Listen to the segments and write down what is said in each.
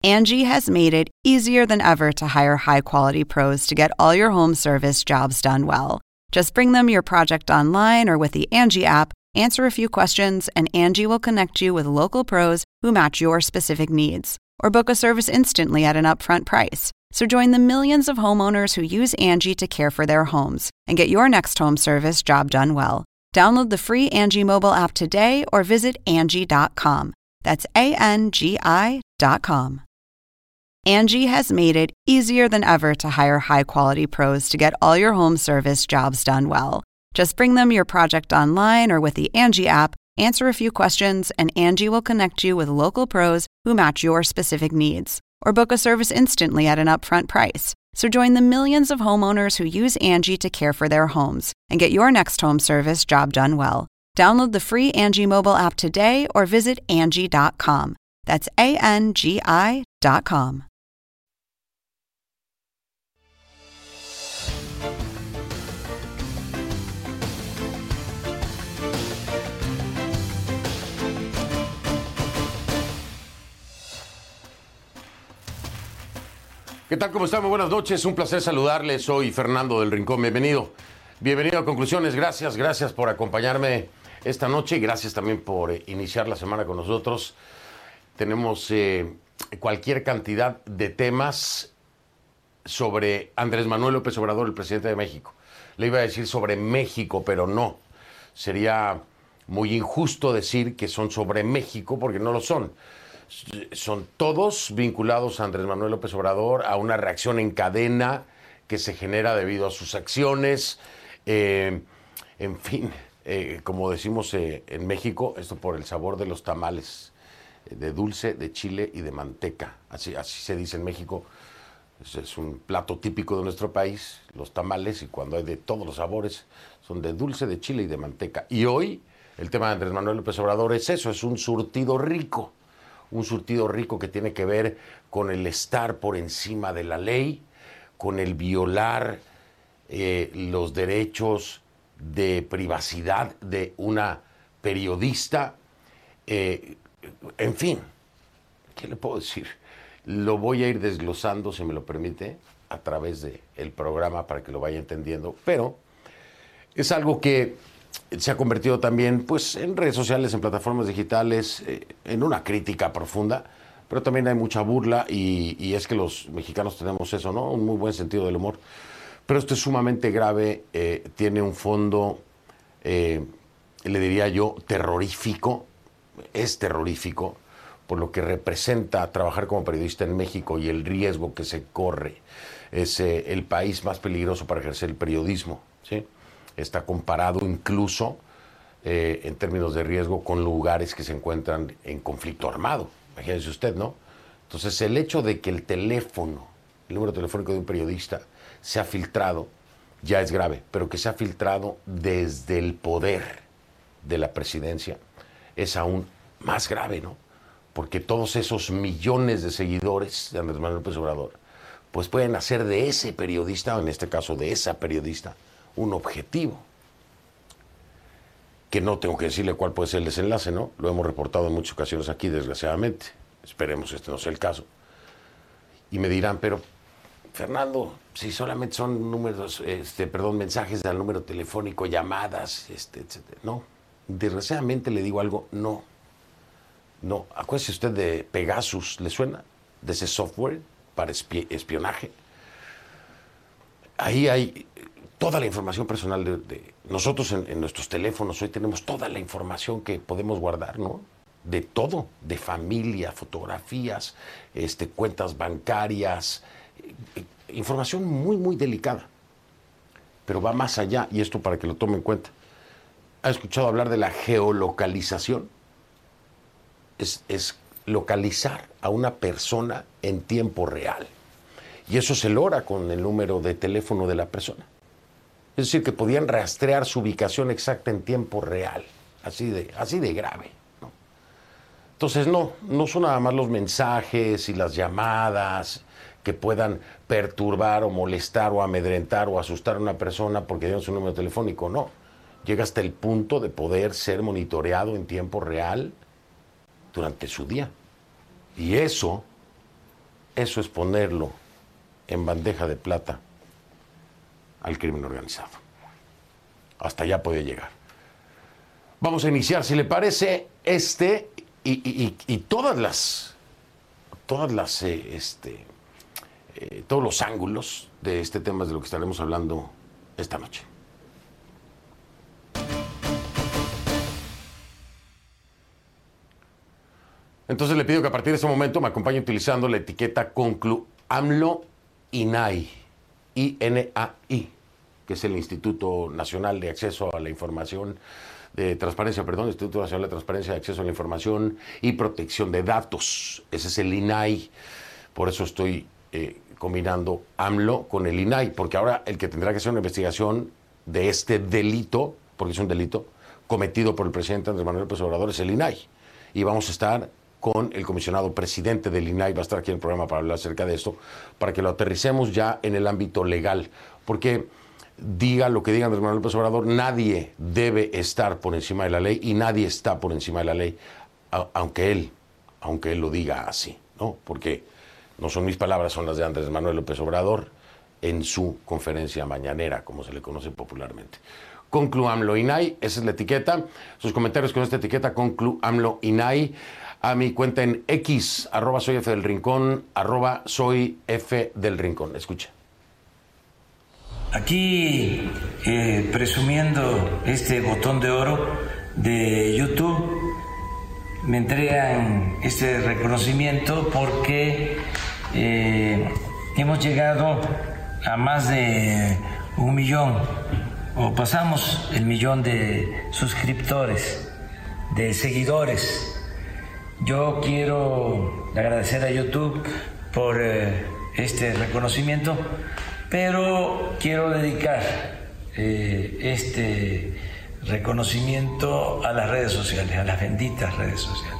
Angie has made it easier than ever to hire high-quality pros to get all your home service jobs done well. Just bring them your project online or with the Angie app, answer a few questions, and Angie will connect you with local pros who match your specific needs. Or book a service instantly at an upfront price. So join the millions of homeowners who use Angie to care for their homes and get your next home service job done well. Download the free Angie mobile app today or visit Angie.com. That's ANGI.com. Angie has made it easier than ever to hire high-quality pros to get all your home service jobs done well. Just bring them your project online or with the Angie app, answer a few questions, and Angie will connect you with local pros who match your specific needs. Or book a service instantly at an upfront price. So join the millions of homeowners who use Angie to care for their homes and get your next home service job done well. Download the free Angie mobile app today or visit Angie.com. That's ANGI.com. ¿Qué tal? ¿Cómo están? Muy buenas noches. Un placer saludarles. Soy Fernando del Rincón. Bienvenido. Bienvenido a Conclusiones. Gracias por acompañarme esta noche y gracias también por iniciar la semana con nosotros. Tenemos cualquier cantidad de temas sobre Andrés Manuel López Obrador, el presidente de México. Le iba a decir sobre México, pero no. Sería muy injusto decir que son sobre México porque no lo son. Son todos vinculados a Andrés Manuel López Obrador, a una reacción en cadena que se genera debido a sus acciones. En fin, como decimos en México, esto por el sabor de los tamales, de dulce, de chile y de manteca. Así se dice en México. Es un plato típico de nuestro país, los tamales, y cuando hay de todos los sabores, son de dulce, de chile y de manteca. Y hoy el tema de Andrés Manuel López Obrador es eso, es un surtido rico. Un surtido rico que tiene que ver con el estar por encima de la ley, con el violar los derechos de privacidad de una periodista. En fin, ¿qué le puedo decir? Lo voy a ir desglosando, si me lo permite, a través del programa para que lo vaya entendiendo, pero es algo que se ha convertido también pues, en redes sociales, en plataformas digitales, en una crítica profunda, pero también hay mucha burla y es que los mexicanos tenemos eso, ¿no? Un muy buen sentido del humor. Pero esto es sumamente grave, tiene un fondo, le diría yo, terrorífico, es terrorífico, por lo que representa trabajar como periodista en México y el riesgo que se corre. Es el país más peligroso para ejercer el periodismo, ¿sí? Está comparado incluso en términos de riesgo con lugares que se encuentran en conflicto armado. Imagínese usted, ¿no? Entonces, el hecho de que el número telefónico de un periodista se ha filtrado, ya es grave, pero que se ha filtrado desde el poder de la presidencia es aún más grave, ¿no? Porque todos esos millones de seguidores de Andrés Manuel López Obrador, pues pueden hacer de ese periodista, o en este caso de esa periodista, un objetivo, que no tengo que decirle cuál puede ser el desenlace, ¿no? Lo hemos reportado en muchas ocasiones aquí, desgraciadamente. Esperemos este no sea el caso. Y me dirán, pero, Fernando, si solamente son mensajes al número telefónico, llamadas, etcétera. No, desgraciadamente le digo algo, no. Acuérdese usted de Pegasus, ¿le suena? De ese software para espionaje. Ahí hay toda la información personal de nosotros en nuestros teléfonos. Hoy tenemos toda la información que podemos guardar, ¿no? De todo, de familia, fotografías, cuentas bancarias, información muy, muy delicada. Pero va más allá, y esto para que lo tome en cuenta. ¿Ha escuchado hablar de la geolocalización? Es localizar a una persona en tiempo real. Y eso se logra con el número de teléfono de la persona. Es decir, que podían rastrear su ubicación exacta en tiempo real. Así de grave, ¿no? Entonces, no son nada más los mensajes y las llamadas que puedan perturbar o molestar o amedrentar o asustar a una persona porque tiene su número telefónico. No. Llega hasta el punto de poder ser monitoreado en tiempo real durante su día. Y eso eso es ponerlo en bandeja de plata al crimen organizado. Hasta allá puede llegar. Vamos a iniciar, si le parece, todos los ángulos de este tema es de lo que estaremos hablando esta noche. Entonces le pido que a partir de ese momento me acompañe utilizando la etiqueta AMLO INAI, INAI, que es el Instituto Nacional de Acceso a la Información de Transparencia, Instituto Nacional de Transparencia, de Acceso a la Información y Protección de Datos. Ese es el INAI. Por eso estoy combinando AMLO con el INAI, porque ahora el que tendrá que hacer una investigación de este delito, porque es un delito cometido por el presidente Andrés Manuel López Obrador, es el INAI. Y vamos a estar con el comisionado presidente del INAI, va a estar aquí en el programa para hablar acerca de esto, para que lo aterricemos ya en el ámbito legal, porque diga lo que diga Andrés Manuel López Obrador, nadie debe estar por encima de la ley y nadie está por encima de la ley, aunque él lo diga así, ¿no? Porque no son mis palabras, son las de Andrés Manuel López Obrador en su conferencia mañanera, como se le conoce popularmente. AMLO INAI, esa es la etiqueta. Sus comentarios con esta etiqueta, AMLO INAI, a mi cuenta en X, @soyfdelrincón, @soyfdelrincón. Escucha. Aquí presumiendo este botón de oro de YouTube, me entregan este reconocimiento porque hemos llegado a más de 1 millón, o pasamos el 1 millón de suscriptores, de seguidores. Yo quiero agradecer a YouTube por este reconocimiento, pero quiero dedicar este reconocimiento a las redes sociales, a las benditas redes sociales.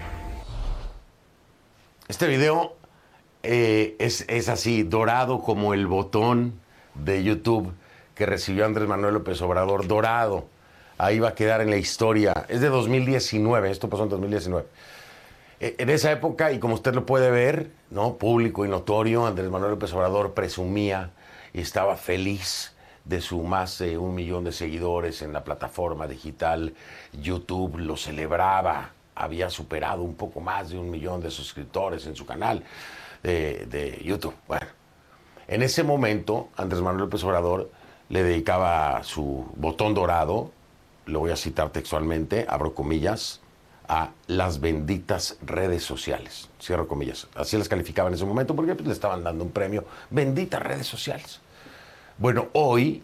Este video es así, dorado como el botón de YouTube que recibió Andrés Manuel López Obrador, dorado. Ahí va a quedar en la historia. Es de 2019, esto pasó en 2019. En esa época, y como usted lo puede ver, ¿no?, público y notorio, Andrés Manuel López Obrador presumía y estaba feliz de su más de 1 millón de seguidores en la plataforma digital YouTube. Lo celebraba, había superado un poco más de 1 millón de suscriptores en su canal de YouTube. Bueno, en ese momento, Andrés Manuel López Obrador le dedicaba su botón dorado, lo voy a citar textualmente, abro comillas, a las benditas redes sociales, cierro comillas. Así las calificaba en ese momento porque pues, le estaban dando un premio, benditas redes sociales. Bueno, hoy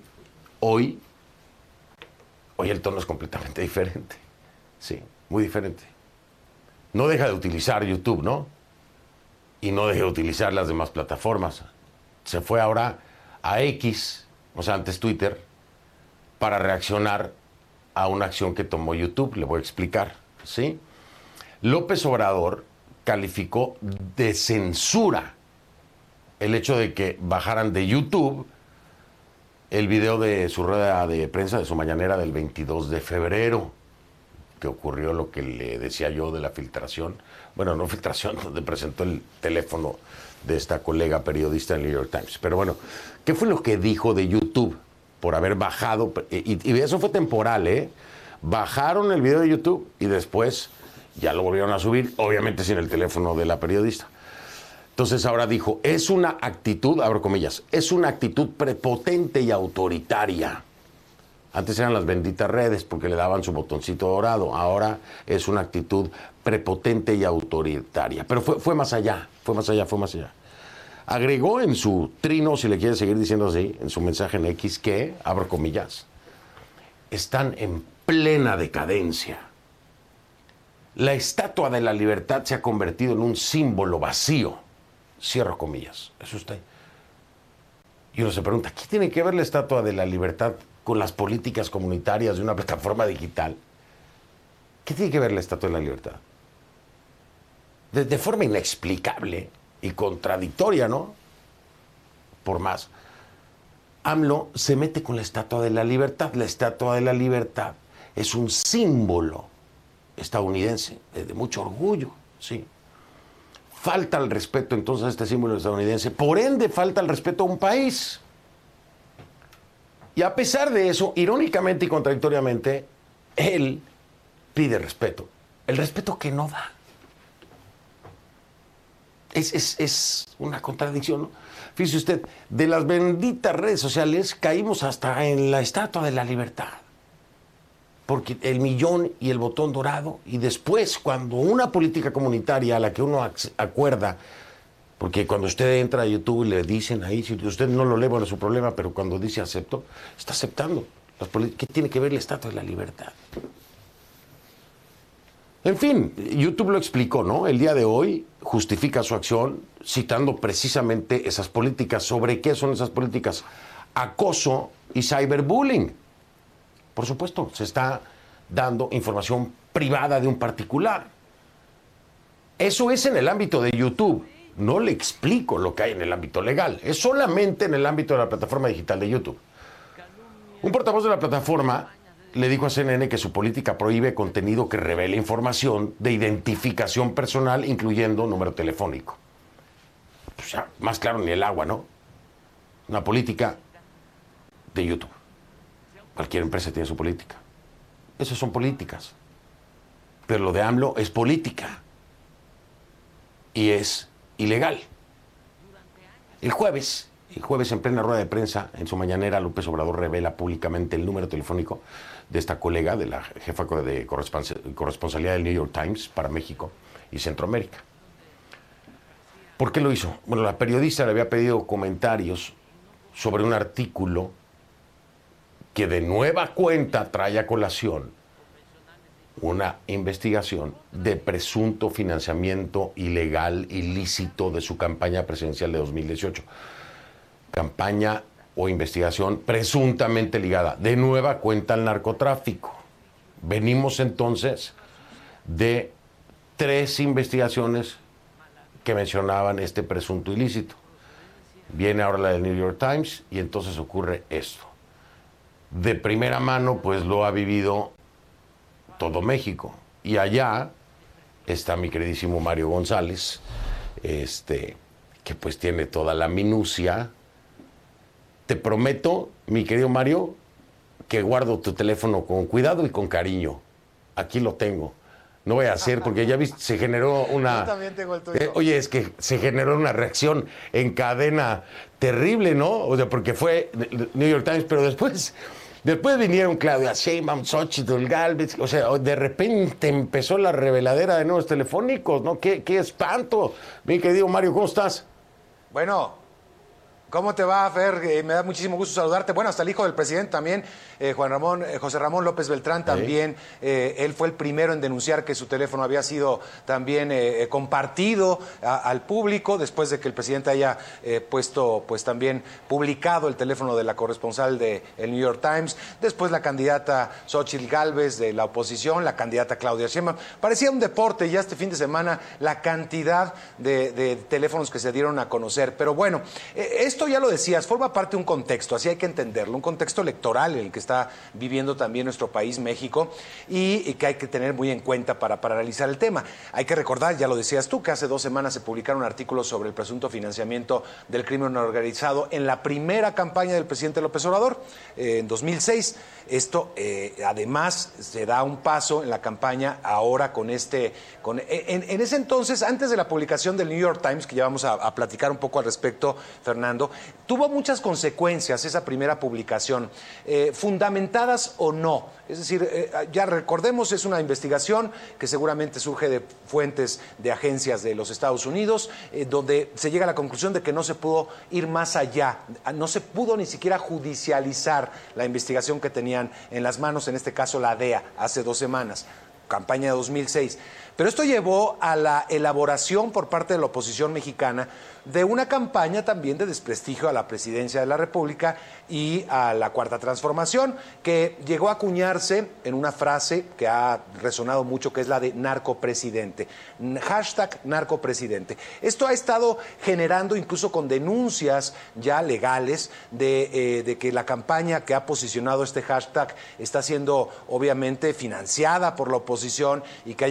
el tono es completamente diferente. Sí, muy diferente. No deja de utilizar YouTube, ¿no? Y no deja de utilizar las demás plataformas. Se fue ahora a X, o sea, antes Twitter, para reaccionar a una acción que tomó YouTube. Le voy a explicar, ¿sí? López Obrador calificó de censura el hecho de que bajaran de YouTube el video de su rueda de prensa, de su mañanera del 22 de febrero, que ocurrió lo que le decía yo de la filtración. Bueno, no filtración, donde presentó el teléfono de esta colega periodista en el New York Times. Pero bueno, ¿qué fue lo que dijo de YouTube por haber bajado? Y eso fue temporal, ¿eh? Bajaron el video de YouTube y después ya lo volvieron a subir, obviamente sin el teléfono de la periodista. Entonces ahora dijo, es una actitud, abro comillas, es una actitud prepotente y autoritaria. Antes eran las benditas redes porque le daban su botoncito dorado. Ahora es una actitud prepotente y autoritaria. Pero fue más allá, fue más allá. Agregó en su trino, si le quiere seguir diciendo así, en su mensaje en X, que, abro comillas, están en plena decadencia. La Estatua de la Libertad se ha convertido en un símbolo vacío. Cierro comillas. Eso está ahí. Y uno se pregunta, ¿qué tiene que ver la Estatua de la Libertad con las políticas comunitarias de una plataforma digital? ¿Qué tiene que ver la Estatua de la Libertad? De forma inexplicable y contradictoria, ¿no? Por más. AMLO se mete con la Estatua de la Libertad. La Estatua de la Libertad es un símbolo estadounidense de mucho orgullo, sí. falta el respeto entonces a este símbolo estadounidense, por ende falta el respeto a un país. Y a pesar de eso, irónicamente y contradictoriamente, él pide respeto. El respeto que no da. Es una contradicción, ¿no? Fíjese usted, de las benditas redes sociales caímos hasta en la Estatua de la Libertad. Porque el millón y el botón dorado, y después cuando una política comunitaria a la que uno acuerda, porque cuando usted entra a YouTube le dicen ahí, si usted no lo lee, bueno, es su problema, pero cuando dice acepto, está aceptando. ¿Qué tiene que ver la Estatua de la Libertad? En fin, YouTube lo explicó, ¿no? El día de hoy justifica su acción citando precisamente esas políticas. ¿Sobre qué son esas políticas? Acoso y cyberbullying. Por supuesto, se está dando información privada de un particular. Eso es en el ámbito de YouTube. No le explico lo que hay en el ámbito legal. Es solamente en el ámbito de la plataforma digital de YouTube. Un portavoz de la plataforma le dijo a CNN que su política prohíbe contenido que revele información de identificación personal, incluyendo número telefónico. Pues ya, más claro ni el agua, ¿no? Una política de YouTube. Cualquier empresa tiene su política. Esas son políticas. Pero lo de AMLO es política. Y es ilegal. El jueves en plena rueda de prensa, en su mañanera, López Obrador revela públicamente el número telefónico de esta colega, de la jefa de corresponsalía del New York Times para México y Centroamérica. ¿Por qué lo hizo? Bueno, la periodista le había pedido comentarios sobre un artículo que de nueva cuenta trae a colación una investigación de presunto financiamiento ilegal, ilícito de su campaña presidencial de 2018. Campaña o investigación presuntamente ligada de nueva cuenta al narcotráfico. Venimos entonces de 3 investigaciones que mencionaban este presunto ilícito. Viene ahora la del New York Times y entonces ocurre esto. De primera mano, pues lo ha vivido todo México. Y allá está mi queridísimo Mario González, que pues tiene toda la minucia. Te prometo, mi querido Mario, que guardo tu teléfono con cuidado y con cariño. Aquí lo tengo. No voy a hacer, porque ya viste, se generó una... Yo también tengo el tuyo. Oye, es que se generó una reacción en cadena terrible, ¿no? O sea, porque fue New York Times, pero después vinieron Claudia Sheinbaum, Xochitl Gálvez, o sea, de repente empezó la reveladera de números telefónicos, ¿no? ¡Qué espanto! Mi querido Mario, ¿cómo estás? Bueno, ¿cómo te va, Fer? Me da muchísimo gusto saludarte. Bueno, hasta el hijo del presidente también, José Ramón López Beltrán también. Él fue el primero en denunciar que su teléfono había sido también compartido al público después de que el presidente haya puesto, pues también publicado el teléfono de la corresponsal del New York Times. Después la candidata Xochitl Gálvez de la oposición, la candidata Claudia Sheinbaum. Parecía un deporte ya este fin de semana la cantidad de teléfonos que se dieron a conocer. Pero bueno, esto ya lo decías, forma parte de un contexto, así hay que entenderlo, un contexto electoral en el que está viviendo también nuestro país, México, y que hay que tener muy en cuenta para analizar el tema. Hay que recordar, ya lo decías tú, que hace 2 semanas se publicaron artículos sobre el presunto financiamiento del crimen organizado en la primera campaña del presidente López Obrador, en 2006. Esto, además, se da un paso en la campaña ahora con en ese entonces, antes de la publicación del New York Times, que ya vamos a platicar un poco al respecto, Fernando, tuvo muchas consecuencias esa primera publicación, fundamentadas o no. Es decir, ya recordemos, es una investigación que seguramente surge de fuentes de agencias de los Estados Unidos, donde se llega a la conclusión de que no se pudo ir más allá, no se pudo ni siquiera judicializar la investigación que tenían en las manos, en este caso la DEA, hace 2 semanas, campaña de 2006. Pero esto llevó a la elaboración por parte de la oposición mexicana de una campaña también de desprestigio a la presidencia de la República y a la Cuarta Transformación, que llegó a acuñarse en una frase que ha resonado mucho, que es la de narcopresidente. Hashtag narcopresidente. Esto ha estado generando, incluso con denuncias ya legales, de que la campaña que ha posicionado este hashtag está siendo obviamente financiada por la oposición y que ha llegado a tener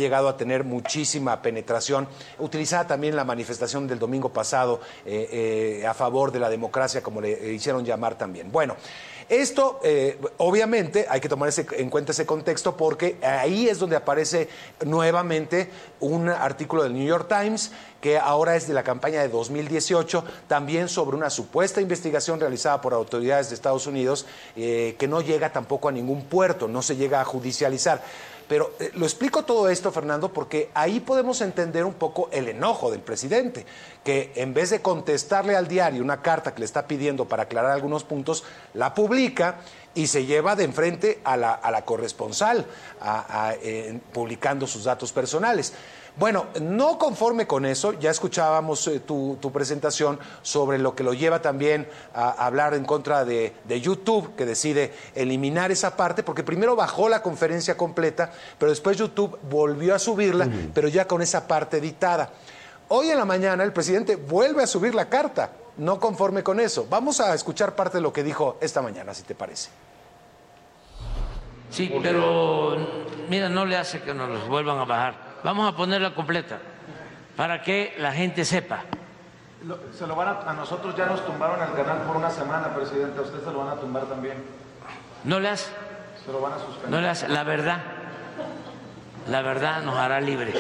tener muchísima penetración, utilizada también en la manifestación del domingo pasado a favor de la democracia, como le hicieron llamar también. Bueno, esto, obviamente, hay que tomar en cuenta ese contexto porque ahí es donde aparece nuevamente un artículo del New York Times que ahora es de la campaña de 2018, también sobre una supuesta investigación realizada por autoridades de Estados Unidos que no llega tampoco a ningún puerto, no se llega a judicializar. Pero lo explico todo esto, Fernando, porque ahí podemos entender un poco el enojo del presidente, que en vez de contestarle al diario una carta que le está pidiendo para aclarar algunos puntos, la publica y se lleva de enfrente a la corresponsal, publicando sus datos personales. Bueno, no conforme con eso, ya escuchábamos tu presentación sobre lo que lo lleva también a hablar en contra de YouTube, que decide eliminar esa parte, porque primero bajó la conferencia completa, pero después YouTube volvió a subirla, pero ya con esa parte editada. Hoy en la mañana el presidente vuelve a subir la carta, no conforme con eso. Vamos a escuchar parte de lo que dijo esta mañana, si te parece. Sí, pero mira, no le hace que nos los vuelvan a bajar. Vamos a ponerla completa para que la gente sepa. Se lo van a nosotros ya nos tumbaron el canal por una semana, presidente. A usted se lo van a tumbar también. No le hace. Se lo van a suspender. No le hace. La verdad nos hará libre.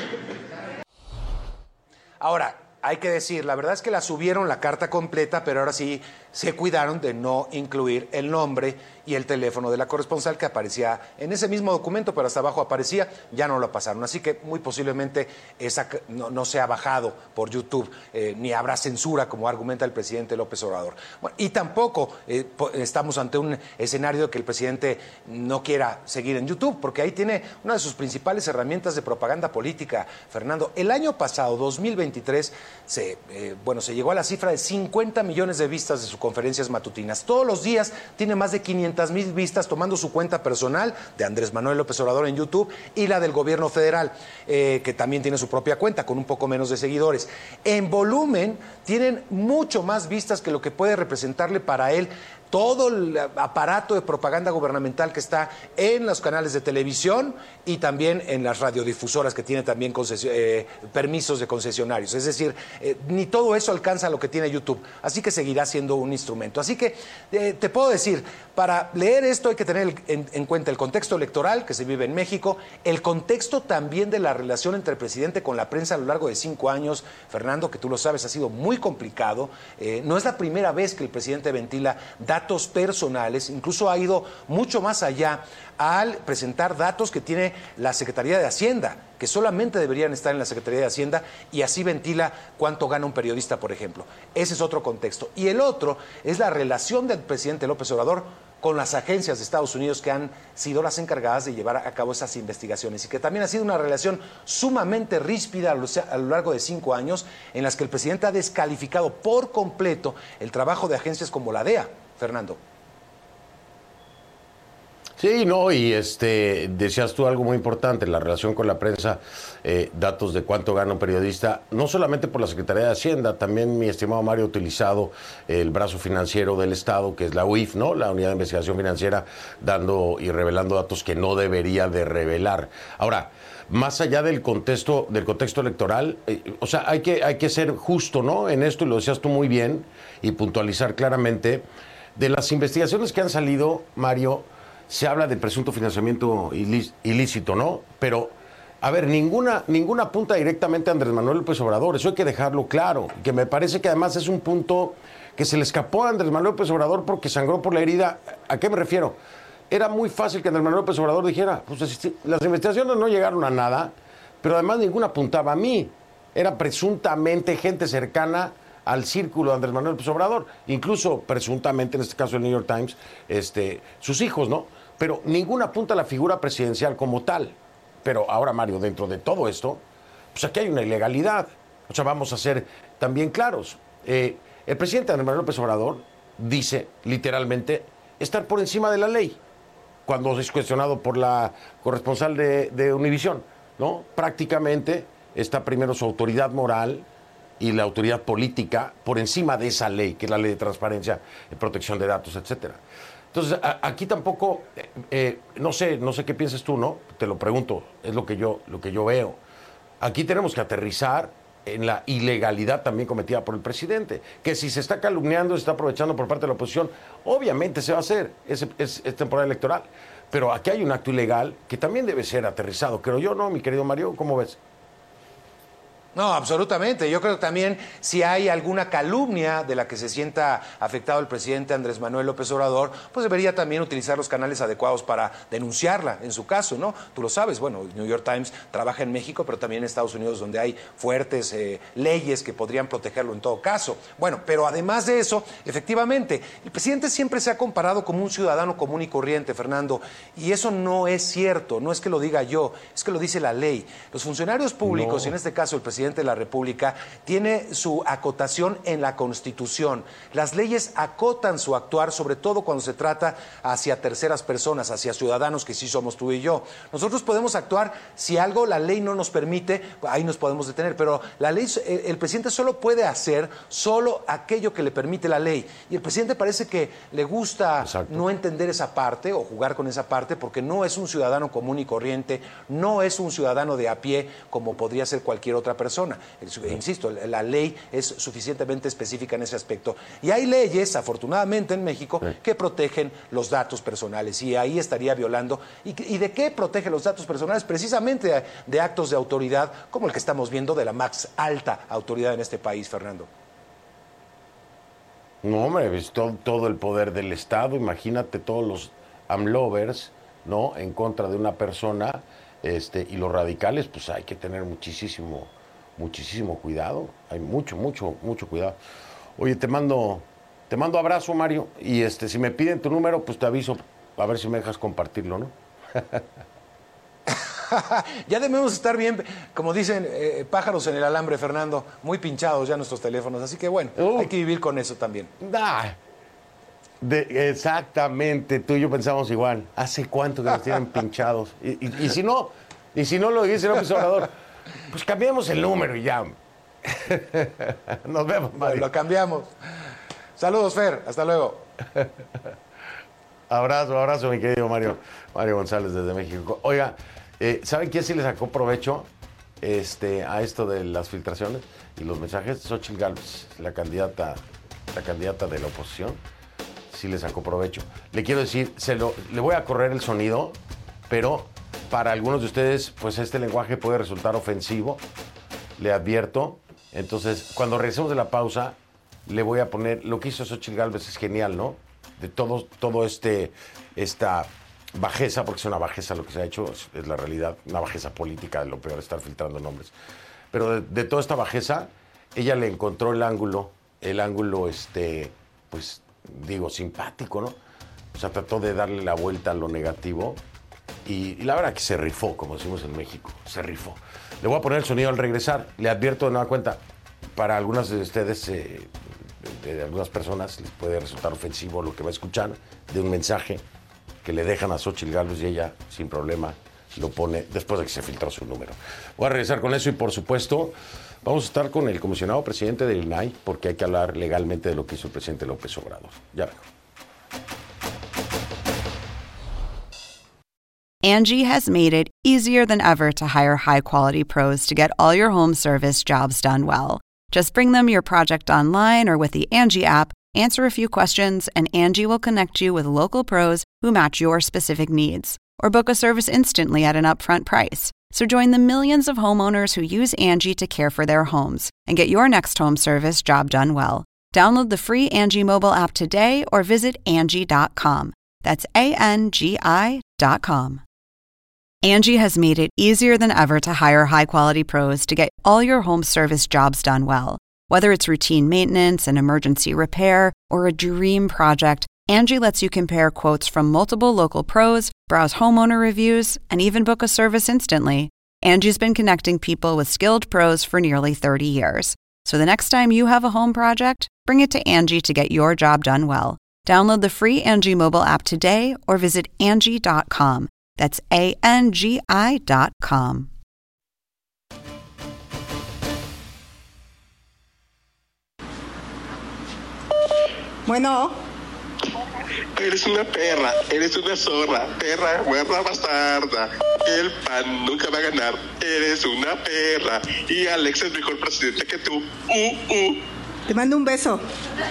Ahora, hay que decir, la verdad es que la subieron la carta completa, pero ahora sí se cuidaron de no incluir el nombre y el teléfono de la corresponsal que aparecía en ese mismo documento, pero hasta abajo aparecía, ya no lo pasaron. Así que muy posiblemente esa no se ha bajado por YouTube, ni habrá censura, como argumenta el presidente López Obrador. Bueno, y tampoco estamos ante un escenario de que el presidente no quiera seguir en YouTube, porque ahí tiene una de sus principales herramientas de propaganda política, Fernando. El año pasado, 2023, se llegó a la cifra de 50 millones de vistas de sus conferencias matutinas. Todos los días tiene más de 500,000 vistas, tomando su cuenta personal de Andrés Manuel López Obrador en YouTube y la del gobierno federal, que también tiene su propia cuenta con un poco menos de seguidores. En volumen tienen mucho más vistas que lo que puede representarle para él todo el aparato de propaganda gubernamental que está en los canales de televisión y también en las radiodifusoras que tiene también permisos de concesionarios. Es decir, ni todo eso alcanza lo que tiene YouTube. Así que seguirá siendo un instrumento. Así que te puedo decir, para leer esto hay que tener en cuenta el contexto electoral que se vive en México, el contexto también de la relación entre el presidente con la prensa a lo largo de 5 años, Fernando, que tú lo sabes, ha sido muy complicado. No es la primera vez que el presidente ventila datos personales, incluso ha ido mucho más allá al presentar datos que tiene la Secretaría de Hacienda, que solamente deberían estar en la Secretaría de Hacienda, y así ventila cuánto gana un periodista, por ejemplo. Ese es otro contexto. Y el otro es la relación del presidente López Obrador con las agencias de Estados Unidos que han sido las encargadas de llevar a cabo esas investigaciones, y que también ha sido una relación sumamente ríspida a lo largo de 5 años, en las que el presidente ha descalificado por completo el trabajo de agencias como la DEA, Fernando. Sí, no, y decías tú algo muy importante, la relación con la prensa, datos de cuánto gana un periodista, no solamente por la Secretaría de Hacienda, también mi estimado Mario ha utilizado el brazo financiero del Estado, que es la UIF, ¿no? La Unidad de Investigación Financiera, dando y revelando datos que no debería de revelar. Ahora, más allá del contexto electoral, o sea, hay que ser justo, ¿no? En esto, y lo decías tú muy bien, y puntualizar claramente, de las investigaciones que han salido, Mario, se habla de presunto financiamiento ilícito, ¿no? Pero, a ver, ninguna apunta directamente a Andrés Manuel López Obrador. Eso hay que dejarlo claro. Que me parece que además es un punto que se le escapó a Andrés Manuel López Obrador porque sangró por la herida. ¿A qué me refiero? Era muy fácil que Andrés Manuel López Obrador dijera, pues las investigaciones no llegaron a nada, pero además ninguna apuntaba a mí. Era presuntamente gente cercana al círculo de Andrés Manuel López Obrador. Incluso, presuntamente, en este caso el New York Times, sus hijos, ¿no? Pero ninguna apunta a la figura presidencial como tal. Pero ahora, Mario, dentro de todo esto, pues aquí hay una ilegalidad. O sea, vamos a ser también claros. El presidente Andrés Manuel López Obrador dice, literalmente, estar por encima de la ley, cuando es cuestionado por la corresponsal de Univisión, ¿no? Prácticamente está primero su autoridad moral y la autoridad política por encima de esa ley, que es la ley de transparencia, protección de datos, etcétera. Entonces, aquí tampoco, no sé qué piensas tú, ¿no? Te lo pregunto, es lo que yo veo. Aquí tenemos que aterrizar en la ilegalidad también cometida por el presidente, que si se está calumniando, se está aprovechando por parte de la oposición, obviamente se va a hacer, es temporada electoral, pero aquí hay un acto ilegal que también debe ser aterrizado, creo yo, ¿no, mi querido Mario? ¿Cómo ves? No, absolutamente. Yo creo que también si hay alguna calumnia de la que se sienta afectado el presidente Andrés Manuel López Obrador, pues debería también utilizar los canales adecuados para denunciarla, en su caso, ¿no? Tú lo sabes, bueno, el New York Times trabaja en México, pero también en Estados Unidos, donde hay fuertes leyes que podrían protegerlo en todo caso. Bueno, pero además de eso, efectivamente, el presidente siempre se ha comparado como un ciudadano común y corriente, Fernando, y eso no es cierto, no es que lo diga yo, es que lo dice la ley. Los funcionarios públicos, y en este caso el presidente de la República, tiene su acotación en la Constitución. Las leyes acotan su actuar, sobre todo cuando se trata hacia terceras personas, hacia ciudadanos que sí somos tú y yo. Nosotros podemos actuar si algo la ley no nos permite, ahí nos podemos detener, pero la ley, el presidente solo puede hacer solo aquello que le permite la ley. Y el presidente parece que le gusta no entender esa parte o jugar con esa parte, porque no es un ciudadano común y corriente, no es un ciudadano de a pie como podría ser cualquier otra persona. Insisto, la ley es suficientemente específica en ese aspecto. Y hay leyes, afortunadamente en México, que protegen los datos personales. Y ahí estaría violando. ¿Y de qué protege los datos personales? Precisamente de actos de autoridad, como el que estamos viendo de la más alta autoridad en este país, Fernando. No, hombre, es todo el poder del Estado. Imagínate todos los AMLovers, ¿no?, en contra de una persona, y los radicales, pues hay que tener muchísimo cuidado. Hay mucho cuidado. Oye, te mando abrazo, Mario, y si me piden tu número, pues te aviso, a ver si me dejas compartirlo, ¿no? Ya debemos estar bien, como dicen, pájaros en el alambre, Fernando, muy pinchados ya nuestros teléfonos, así que bueno, hay que vivir con eso también. Exactamente, tú y yo pensamos igual. ¿Hace cuánto que nos tienen pinchados? Y si no lo dice López Obrador, pues cambiamos el número y ya. Nos vemos, Mario. Lo cambiamos. Saludos, Fer. Hasta luego. Abrazo, mi querido Mario González desde México. Oiga, ¿saben quién sí le sacó provecho a esto de las filtraciones y los mensajes? Xóchitl Gálvez, la candidata de la oposición, sí le sacó provecho. Le quiero decir, le voy a correr el sonido, pero para algunos de ustedes, pues este lenguaje puede resultar ofensivo, le advierto. Entonces, cuando regresemos de la pausa, le voy a poner, lo que hizo Xóchitl Gálvez es genial, ¿no? De todo esta bajeza, porque es una bajeza lo que se ha hecho, es la realidad, una bajeza política, de lo peor, estar filtrando nombres. Pero de toda esta bajeza, ella le encontró el ángulo, pues, digo, simpático, ¿no? O sea, trató de darle la vuelta a lo negativo. Y la verdad que se rifó, como decimos en México, se rifó. Le voy a poner el sonido al regresar. Le advierto de nueva cuenta, para algunas de ustedes, de algunas personas, les puede resultar ofensivo lo que va a escuchar de un mensaje que le dejan a Xóchitl Gálvez y ella, sin problema, lo pone después de que se filtró su número. Voy a regresar con eso y, por supuesto, vamos a estar con el comisionado presidente del INAI, porque hay que hablar legalmente de lo que hizo el presidente López Obrador. Ya vengo. Angie has made it easier than ever to hire high-quality pros to get all your home service jobs done well. Just bring them your project online or with the Angie app, answer a few questions, and Angie will connect you with local pros who match your specific needs. Or book a service instantly at an upfront price. So join the millions of homeowners who use Angie to care for their homes and get your next home service job done well. Download the free Angie mobile app today or visit Angie.com. That's ANGI.com. Angie has made it easier than ever to hire high-quality pros to get all your home service jobs done well. Whether it's routine maintenance, an emergency repair, or a dream project, Angie lets you compare quotes from multiple local pros, browse homeowner reviews, and even book a service instantly. Angie's been connecting people with skilled pros for nearly 30 years. So the next time you have a home project, bring it to Angie to get your job done well. Download the free Angie mobile app today or visit Angie.com. That's ANGI.com. Bueno. Eres una perra, eres una zorra, perra, guarda, bastarda. El PAN nunca va a ganar, eres una perra. Y Alex es mejor presidente que tú. Te mando un beso.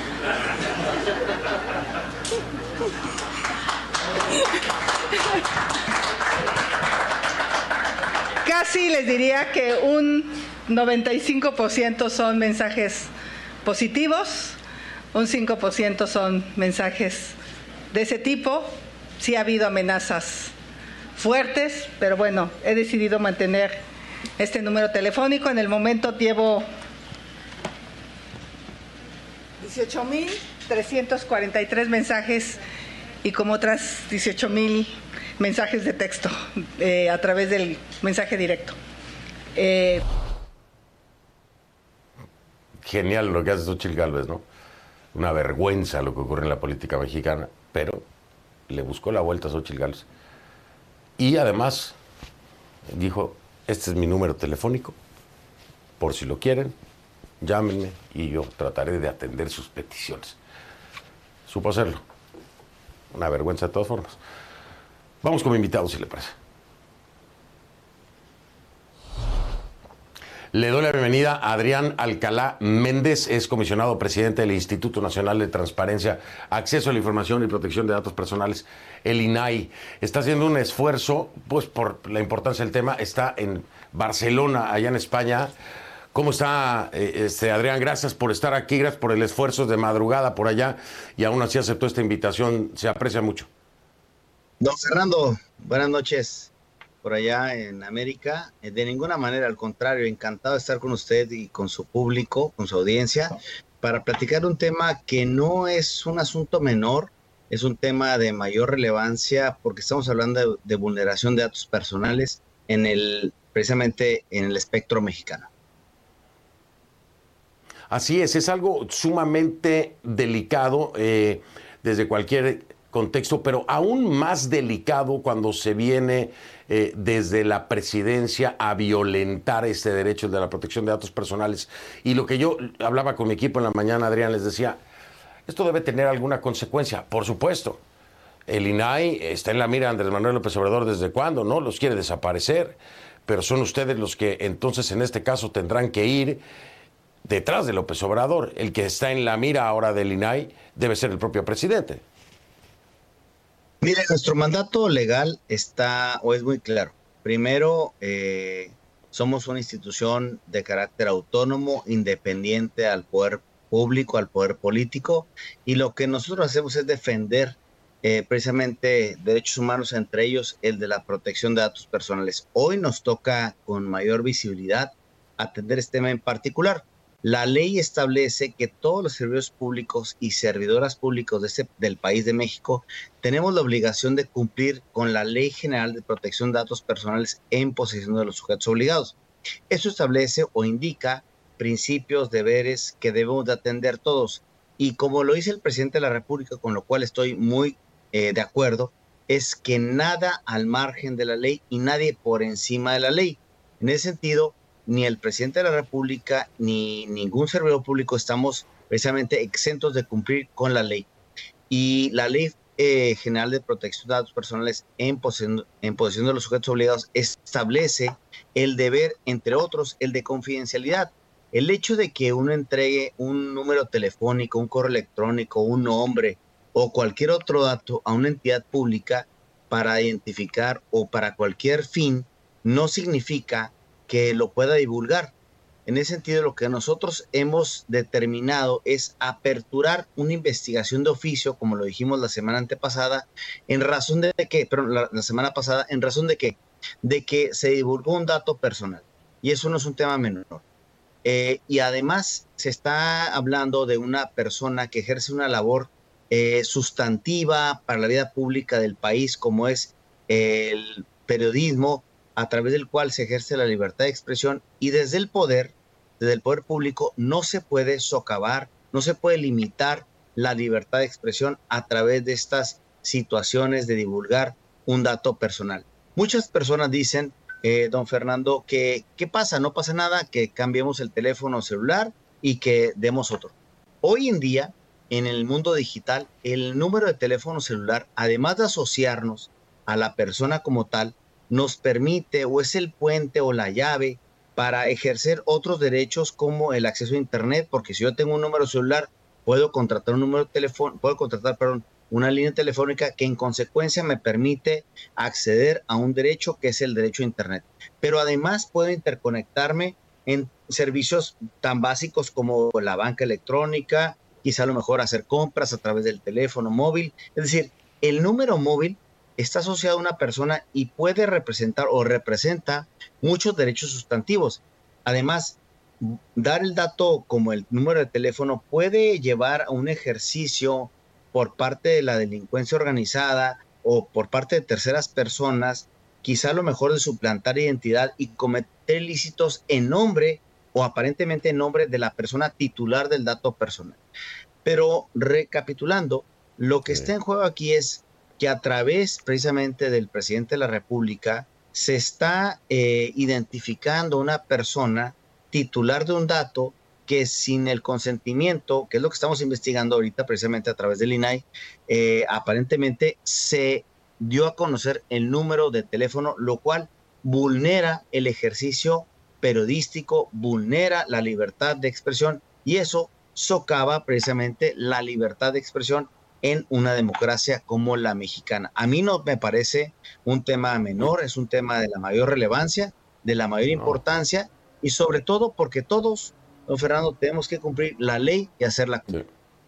Casi les diría que un 95% son mensajes positivos, un 5% son mensajes de ese tipo. Sí ha habido amenazas fuertes, pero bueno, he decidido mantener este número telefónico. En el momento llevo 18,343 mensajes y como otras 18,000 mensajes de texto a través del mensaje directo. Genial lo que hace Xóchitl Gálvez, ¿no? Una vergüenza lo que ocurre en la política mexicana, pero le buscó la vuelta a Xóchitl Gálvez. Y además dijo, este es mi número telefónico, por si lo quieren, llámenme y yo trataré de atender sus peticiones. Supo hacerlo. Una vergüenza de todas formas. Vamos con mi invitado, si le parece. Le doy la bienvenida a Adrián Alcalá Méndez, es comisionado presidente del Instituto Nacional de Transparencia, Acceso a la Información y Protección de Datos Personales, el INAI. Está haciendo un esfuerzo, pues por la importancia del tema, está en Barcelona, allá en España. ¿Cómo está, Adrián? Gracias por estar aquí, gracias por el esfuerzo de madrugada por allá y aún así aceptó esta invitación, se aprecia mucho. Don Fernando, buenas noches por allá en América. De ninguna manera, al contrario, encantado de estar con usted y con su público, con su audiencia, para platicar un tema que no es un asunto menor, es un tema de mayor relevancia porque estamos hablando de vulneración de datos personales precisamente en el espectro mexicano. Así es algo sumamente delicado desde cualquier contexto, pero aún más delicado cuando se viene desde la presidencia a violentar este derecho de la protección de datos personales. Y lo que yo hablaba con mi equipo en la mañana, Adrián, les decía, esto debe tener alguna consecuencia. Por supuesto, el INAI está en la mira de Andrés Manuel López Obrador desde cuándo, ¿no? Los quiere desaparecer, pero son ustedes los que entonces en este caso tendrán que ir detrás de López Obrador. El que está en la mira ahora del INAI debe ser el propio presidente. Mire, nuestro mandato legal es muy claro. Primero, somos una institución de carácter autónomo, independiente al poder público, al poder político, y lo que nosotros hacemos es defender precisamente derechos humanos, entre ellos el de la protección de datos personales. Hoy nos toca con mayor visibilidad atender este tema en particular. La ley establece que todos los servidores públicos y servidoras públicos del país de México tenemos la obligación de cumplir con la Ley General de Protección de Datos Personales en posesión de los sujetos obligados. Eso establece o indica principios, deberes que debemos de atender todos. Y como lo dice el presidente de la República, con lo cual estoy muy de acuerdo, es que nada al margen de la ley y nadie por encima de la ley. En ese sentido, ni el presidente de la República ni ningún servidor público estamos precisamente exentos de cumplir con la ley. Y la Ley General de Protección de Datos Personales en posesión de los sujetos obligados establece el deber, entre otros, el de confidencialidad. El hecho de que uno entregue un número telefónico, un correo electrónico, un nombre o cualquier otro dato a una entidad pública para identificar o para cualquier fin, no significa que lo pueda divulgar. En ese sentido, lo que nosotros hemos determinado es aperturar una investigación de oficio, como lo dijimos la semana antepasada, en razón de que, la semana pasada, en razón de que se divulgó un dato personal. Y eso no es un tema menor. Y además se está hablando de una persona que ejerce una labor sustantiva para la vida pública del país, como es el periodismo, a través del cual se ejerce la libertad de expresión, y desde el poder público no se puede socavar, no se puede limitar la libertad de expresión a través de estas situaciones de divulgar un dato personal. Muchas personas dicen, don Fernando, que ¿qué pasa? No pasa nada, que cambiemos el teléfono celular y que demos otro. Hoy en día en el mundo digital, el número de teléfono celular, además de asociarnos a la persona como tal, nos permite o es el puente o la llave para ejercer otros derechos como el acceso a Internet, porque si yo tengo un número celular, puedo contratar una línea telefónica que en consecuencia me permite acceder a un derecho que es el derecho a Internet. Pero además puedo interconectarme en servicios tan básicos como la banca electrónica, quizá a lo mejor hacer compras a través del teléfono móvil. Es decir, el número móvil está asociado a una persona y puede representar o representa muchos derechos sustantivos. Además, dar el dato como el número de teléfono puede llevar a un ejercicio por parte de la delincuencia organizada o por parte de terceras personas, quizá a lo mejor de suplantar identidad y cometer ilícitos en nombre o aparentemente en nombre de la persona titular del dato personal. Pero recapitulando, lo que está en juego aquí es que a través precisamente del presidente de la República se está identificando una persona titular de un dato que sin el consentimiento, que es lo que estamos investigando ahorita precisamente a través del INAI, aparentemente se dio a conocer el número de teléfono, lo cual vulnera el ejercicio periodístico, vulnera la libertad de expresión y eso socava precisamente la libertad de expresión en una democracia como la mexicana. A mí no me parece un tema menor, es un tema de la mayor relevancia, de la mayor importancia y sobre todo porque todos, don Fernando, tenemos que cumplir la ley y hacerla cumplir.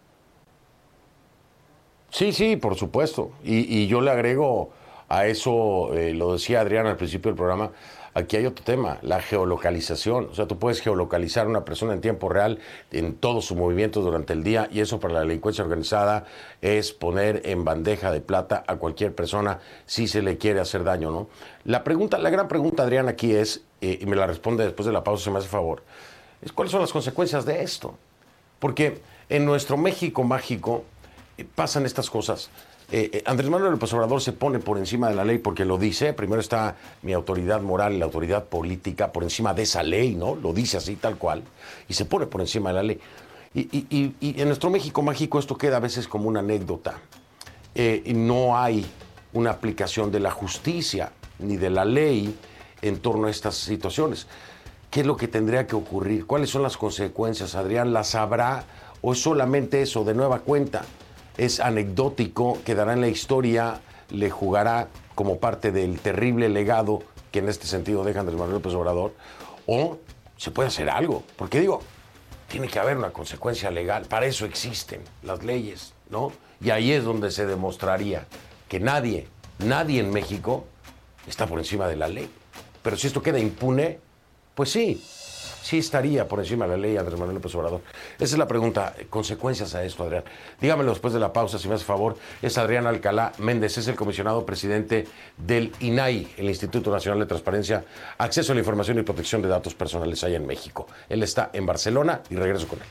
Sí, por supuesto. Y yo le agrego a eso, lo decía Adrián al principio del programa, aquí hay otro tema, la geolocalización. O sea, tú puedes geolocalizar a una persona en tiempo real en todos sus movimientos durante el día y eso para la delincuencia organizada es poner en bandeja de plata a cualquier persona si se le quiere hacer daño, ¿no? La gran pregunta, Adrián, aquí es, y me la responde después de la pausa, si me hace favor, es cuáles son las consecuencias de esto. Porque en nuestro México mágico pasan estas cosas. Andrés Manuel López Obrador se pone por encima de la ley porque lo dice. Primero está mi autoridad moral y la autoridad política por encima de esa ley, ¿no? Lo dice así, tal cual. Y se pone por encima de la ley. Y en nuestro México mágico esto queda a veces como una anécdota. No hay una aplicación de la justicia ni de la ley en torno a estas situaciones. ¿Qué es lo que tendría que ocurrir? ¿Cuáles son las consecuencias, Adrián? ¿Las habrá o es solamente eso de nueva cuenta? Es anecdótico, quedará en la historia, le jugará como parte del terrible legado que en este sentido deja Andrés Manuel López Obrador, o se puede hacer algo, porque digo, tiene que haber una consecuencia legal, para eso existen las leyes, ¿no? Y ahí es donde se demostraría que nadie en México está por encima de la ley. Pero si esto queda impune, pues sí estaría por encima de la ley Andrés Manuel López Obrador. Esa es la pregunta. ¿Consecuencias a esto, Adrián? Dígamelo después de la pausa, si me hace favor. Es Adrián Alcalá Méndez, es el comisionado presidente del INAI, el Instituto Nacional de Transparencia, Acceso a la Información y Protección de Datos Personales allá en México. Él está en Barcelona y regreso con él.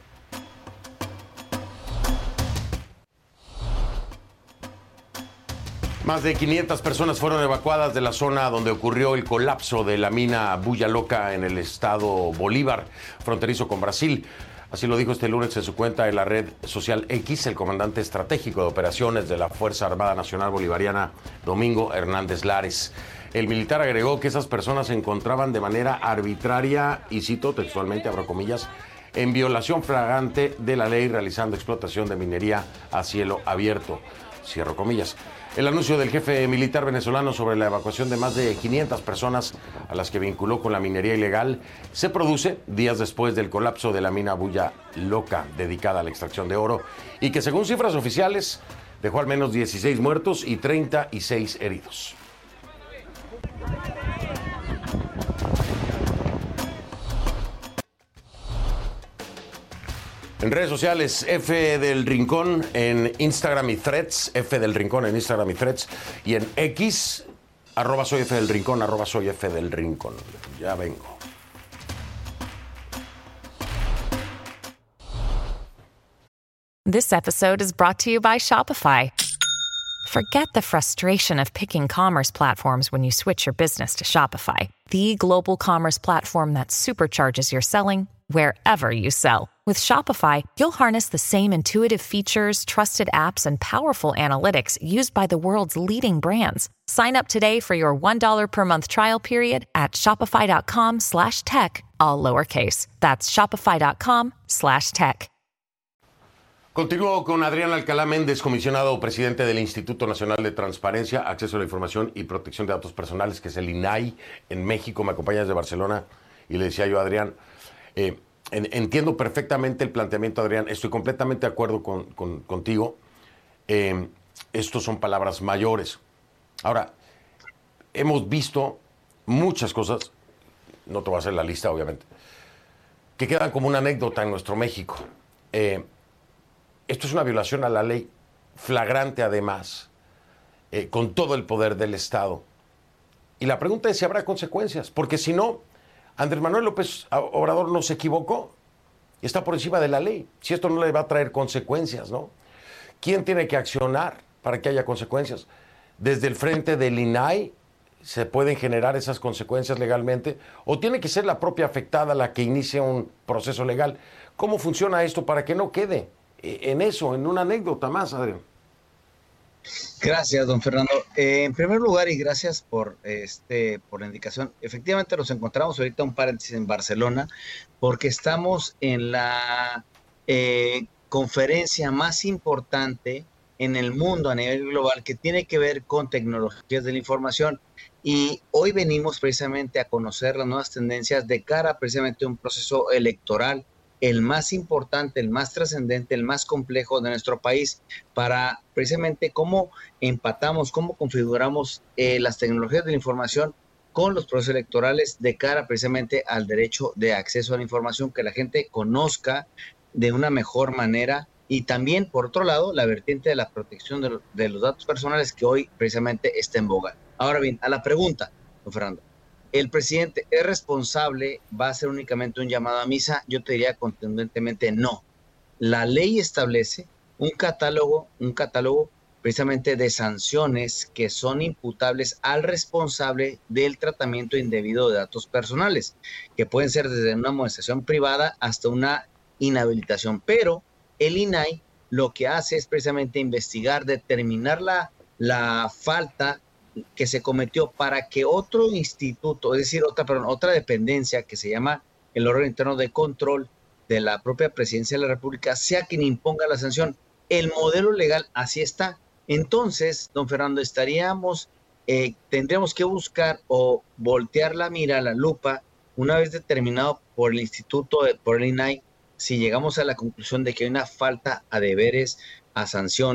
Más de 500 personas fueron evacuadas de la zona donde ocurrió el colapso de la mina Bulla Loca en el estado Bolívar, fronterizo con Brasil. Así lo dijo este lunes en su cuenta en la red social X el comandante estratégico de operaciones de la Fuerza Armada Nacional Bolivariana, Domingo Hernández Lares. El militar agregó que esas personas se encontraban de manera arbitraria, y cito textualmente, abro comillas, en violación flagrante de la ley realizando explotación de minería a cielo abierto, cierro comillas. El anuncio del jefe militar venezolano sobre la evacuación de más de 500 personas a las que vinculó con la minería ilegal se produce días después del colapso de la mina Bulla Loca, dedicada a la extracción de oro, y que según cifras oficiales dejó al menos 16 muertos y 36 heridos. En redes sociales, F del Rincón en Instagram y Threads, F del Rincón en Instagram y Threads, y en X, @soy F del Rincón, @soy F del Rincón. Ya vengo. This episode is brought to you by Shopify. Forget the frustration of picking commerce platforms when you switch your business to Shopify, the global commerce platform that supercharges your selling wherever you sell. With Shopify, you'll harness the same intuitive features, trusted apps, and powerful analytics used by the world's leading brands. Sign up today for your $1 per month trial period at shopify.com/tech, all lowercase. That's shopify.com/tech. Continúo con Adrián Alcalá Méndez, comisionado presidente del Instituto Nacional de Transparencia, Acceso a la Información y Protección de Datos Personales, que es el INAI en México. Me acompaña desde Barcelona y le decía yo a Adrián, entiendo perfectamente el planteamiento, Adrián, estoy completamente de acuerdo contigo. Estos son palabras mayores. Ahora, hemos visto muchas cosas, no te voy a hacer la lista obviamente, que quedan como una anécdota en nuestro México. Esto es una violación a la ley, flagrante además, con todo el poder del Estado. Y la pregunta es si habrá consecuencias, porque si no, Andrés Manuel López Obrador no se equivocó, está por encima de la ley. Si esto no le va a traer consecuencias, ¿no? ¿Quién tiene que accionar para que haya consecuencias? Desde el frente del INAI se pueden generar esas consecuencias legalmente, o tiene que ser la propia afectada la que inicie un proceso legal. ¿Cómo funciona esto para que no quede en eso, en una anécdota más, Adrián? Gracias, don Fernando. En primer lugar, y gracias por la indicación. Efectivamente, nos encontramos ahorita, un paréntesis, en Barcelona, porque estamos en la conferencia más importante en el mundo a nivel global que tiene que ver con tecnologías de la información. Y hoy venimos precisamente a conocer las nuevas tendencias de cara precisamente a un proceso electoral, el más importante, el más trascendente, el más complejo de nuestro país, para precisamente cómo empatamos, cómo configuramos las tecnologías de la información con los procesos electorales de cara precisamente al derecho de acceso a la información, que la gente conozca de una mejor manera, y también, por otro lado, la vertiente de la protección de los datos personales, que hoy precisamente está en boga. Ahora bien, a la pregunta, don Fernando, ¿el presidente es responsable? ¿Va a ser únicamente un llamado a misa? Yo te diría contundentemente no. La ley establece un catálogo precisamente de sanciones que son imputables al responsable del tratamiento indebido de datos personales, que pueden ser desde una amonestación privada hasta una inhabilitación. Pero el INAI lo que hace es precisamente investigar, determinar la falta que se cometió para que otro instituto, es decir, otra dependencia que se llama el órgano interno de control de la propia presidencia de la República, sea quien imponga la sanción. El modelo legal así está. Entonces, don Fernando, tendríamos que buscar o voltear la mira, la lupa, una vez determinado por el instituto, por el INAI, si llegamos a la conclusión de que hay una falta a deberes, a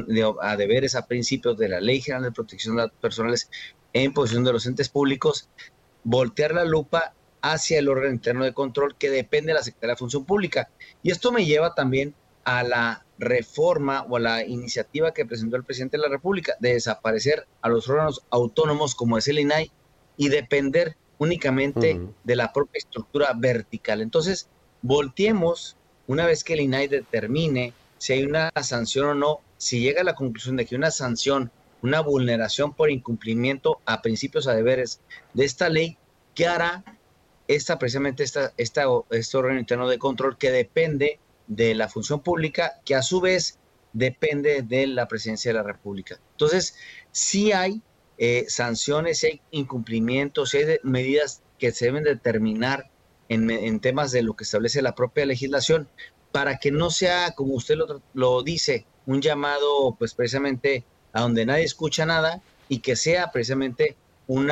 principios de la Ley General de Protección de Datos Personales en posesión de los entes públicos, voltear la lupa hacia el órgano interno de control que depende de la Secretaría de Función Pública. Y esto me lleva también a la reforma o a la iniciativa que presentó el presidente de la República de desaparecer a los órganos autónomos como es el INAI y depender únicamente de la propia estructura vertical. Entonces, volteemos, una vez que el INAI determine si hay una sanción o no, si llega a la conclusión de que una sanción, una vulneración por incumplimiento a principios, a deberes de esta ley, ¿qué hará precisamente este órgano interno de control que depende de la función pública, que a su vez depende de la presidencia de la República? Entonces, si hay sanciones, si hay incumplimientos, si hay medidas que se deben determinar en temas de lo que establece la propia legislación, para que no sea, como usted lo dice, un llamado pues precisamente a donde nadie escucha nada, y que sea precisamente un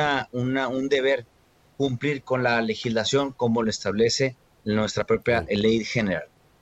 deber cumplir con la legislación como lo establece nuestra propia ley general.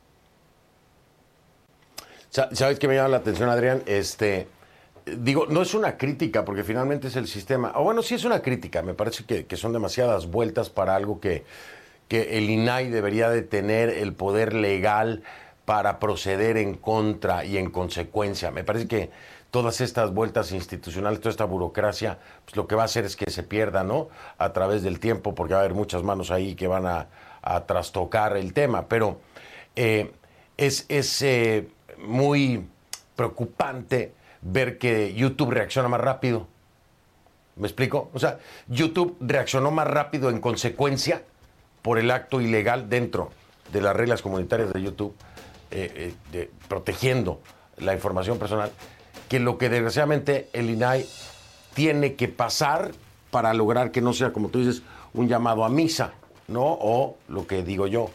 ¿Sabes qué me llama la atención, Adrián? Digo, no es una crítica, porque finalmente es el sistema. O bueno, sí es una crítica. Me parece que son demasiadas vueltas para algo que el INAI debería de tener el poder legal para proceder en contra y en consecuencia. Me parece que todas estas vueltas institucionales, toda esta burocracia, pues lo que va a hacer es que se pierda, ¿no?, a través del tiempo, porque va a haber muchas manos ahí que van a trastocar el tema. Pero es muy preocupante ver que YouTube reacciona más rápido. ¿Me explico? O sea, YouTube reaccionó más rápido en consecuencia por el acto ilegal dentro de las reglas comunitarias de YouTube, protegiendo la información personal, que lo que desgraciadamente el INAI tiene que pasar para lograr que no sea, como tú dices, un llamado a misa, ¿no? O lo que digo yo,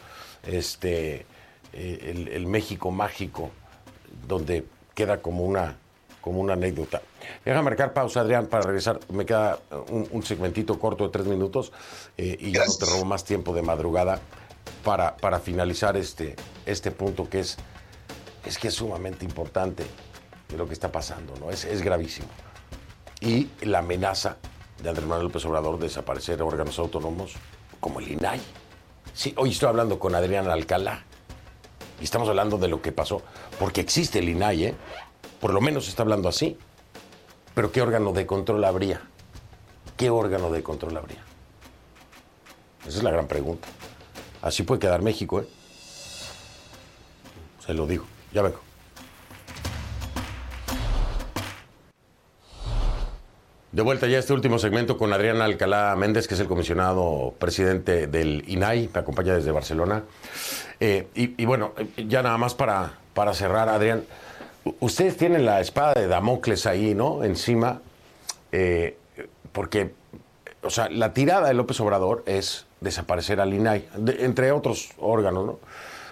el México mágico, donde queda como una anécdota. Deja marcar pausa, Adrián, para regresar. Me queda un segmentito corto de 3 minutos y ya no te robo más tiempo de madrugada para finalizar este punto que es sumamente importante de lo que está pasando, ¿no? Es gravísimo. Y la amenaza de Andrés Manuel López Obrador de desaparecer órganos autónomos como el INAI. Sí, hoy estoy hablando con Adrián Alcalá y estamos hablando de lo que pasó, porque existe el INAI, ¿eh? Por lo menos se está hablando así. Pero ¿qué órgano de control habría? ¿Qué órgano de control habría? Esa es la gran pregunta. Así puede quedar México, ¿eh? Se lo digo. Ya vengo. De vuelta ya este último segmento con Adrián Alcalá Méndez, que es el comisionado presidente del INAI, me acompaña desde Barcelona. Y bueno, ya nada más para cerrar, Adrián, ustedes tienen la espada de Damocles ahí, ¿no? Encima, porque, o sea, la tirada de López Obrador es desaparecer al INAI, entre otros órganos, ¿no?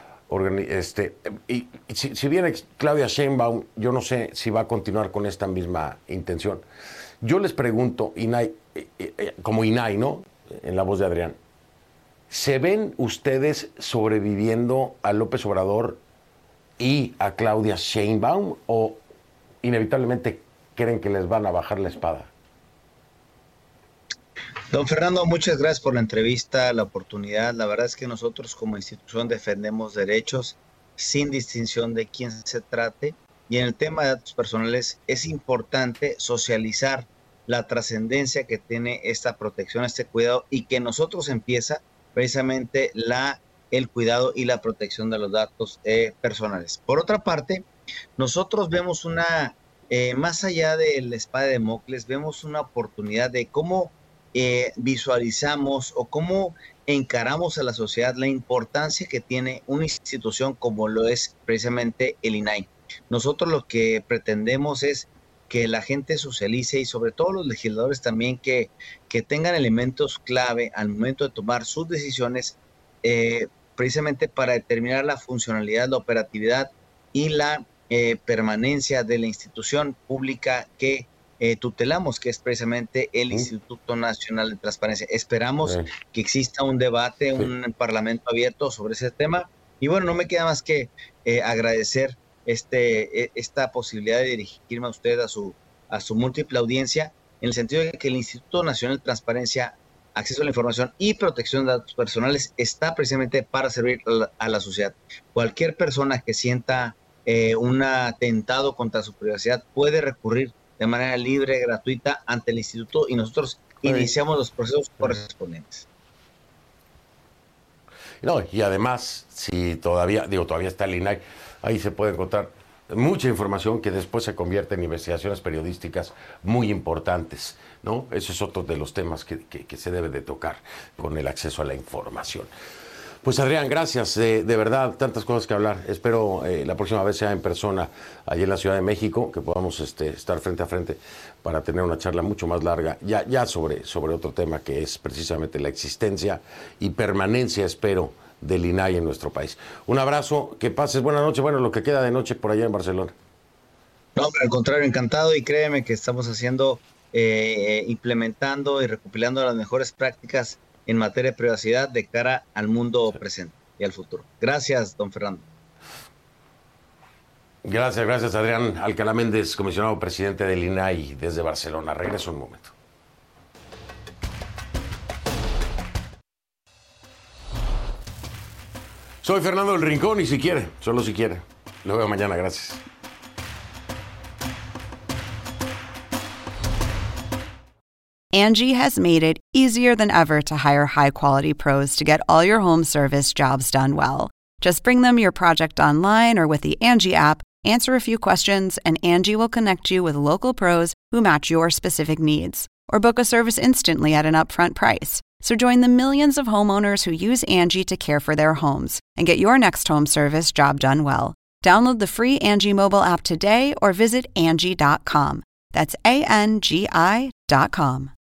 Y si viene Claudia Sheinbaum, yo no sé si va a continuar con esta misma intención. Yo les pregunto, INAI, como INAI, ¿no? En la voz de Adrián, ¿se ven ustedes sobreviviendo a López Obrador y a Claudia Sheinbaum o inevitablemente creen que les van a bajar la espada? Don Fernando, muchas gracias por la entrevista, la oportunidad. La verdad es que nosotros como institución defendemos derechos sin distinción de quién se trate. Y en el tema de datos personales es importante socializar la trascendencia que tiene esta protección, este cuidado, y que nosotros empieza precisamente el cuidado y la protección de los datos personales. Por otra parte, nosotros vemos más allá de la espada de Damocles, vemos una oportunidad de cómo visualizamos o cómo encaramos a la sociedad la importancia que tiene una institución como lo es precisamente el INAI. Nosotros lo que pretendemos es que la gente socialice y sobre todo los legisladores también que tengan elementos clave al momento de tomar sus decisiones precisamente para determinar la funcionalidad, la operatividad y la permanencia de la institución pública que tutelamos, que es precisamente el Instituto Nacional de Transparencia. Esperamos que exista un debate, un parlamento abierto sobre ese tema. Y bueno, no me queda más que agradecer esta posibilidad de dirigirme a usted, a su múltiple audiencia, en el sentido de que el Instituto Nacional de Transparencia, Acceso a la Información y Protección de Datos Personales está precisamente para servir a la sociedad. Cualquier persona que sienta un atentado contra su privacidad puede recurrir de manera libre, gratuita ante el instituto y nosotros iniciamos los procesos correspondientes. No, y además, si todavía está el INAI, ahí se puede encontrar mucha información que después se convierte en investigaciones periodísticas muy importantes, ¿no? Ese es otro de los temas que se debe de tocar con el acceso a la información. Pues Adrián, gracias, de verdad, tantas cosas que hablar. Espero la próxima vez sea en persona, allí en la Ciudad de México, que podamos estar frente a frente para tener una charla mucho más larga, ya sobre otro tema que es precisamente la existencia y permanencia, espero, del INAI en nuestro país. Un abrazo, que pases buena noche, bueno, lo que queda de noche por allá en Barcelona. No, al contrario, encantado, y créeme que estamos haciendo, implementando y recopilando las mejores prácticas en materia de privacidad de cara al mundo presente y al futuro. Gracias, don Fernando. Gracias, Adrián Alcalá Méndez, comisionado presidente del INAI desde Barcelona. Regreso un momento. Soy Fernando del Rincón y solo si quiere. Lo veo mañana, gracias. Angie has made it easier than ever to hire high-quality pros to get all your home service jobs done well. Just bring them your project online or with the Angie app, answer a few questions, and Angie will connect you with local pros who match your specific needs. Or book a service instantly at an upfront price. So join the millions of homeowners who use Angie to care for their homes and get your next home service job done well. Download the free Angie mobile app today or visit Angie.com. That's ANGI.com.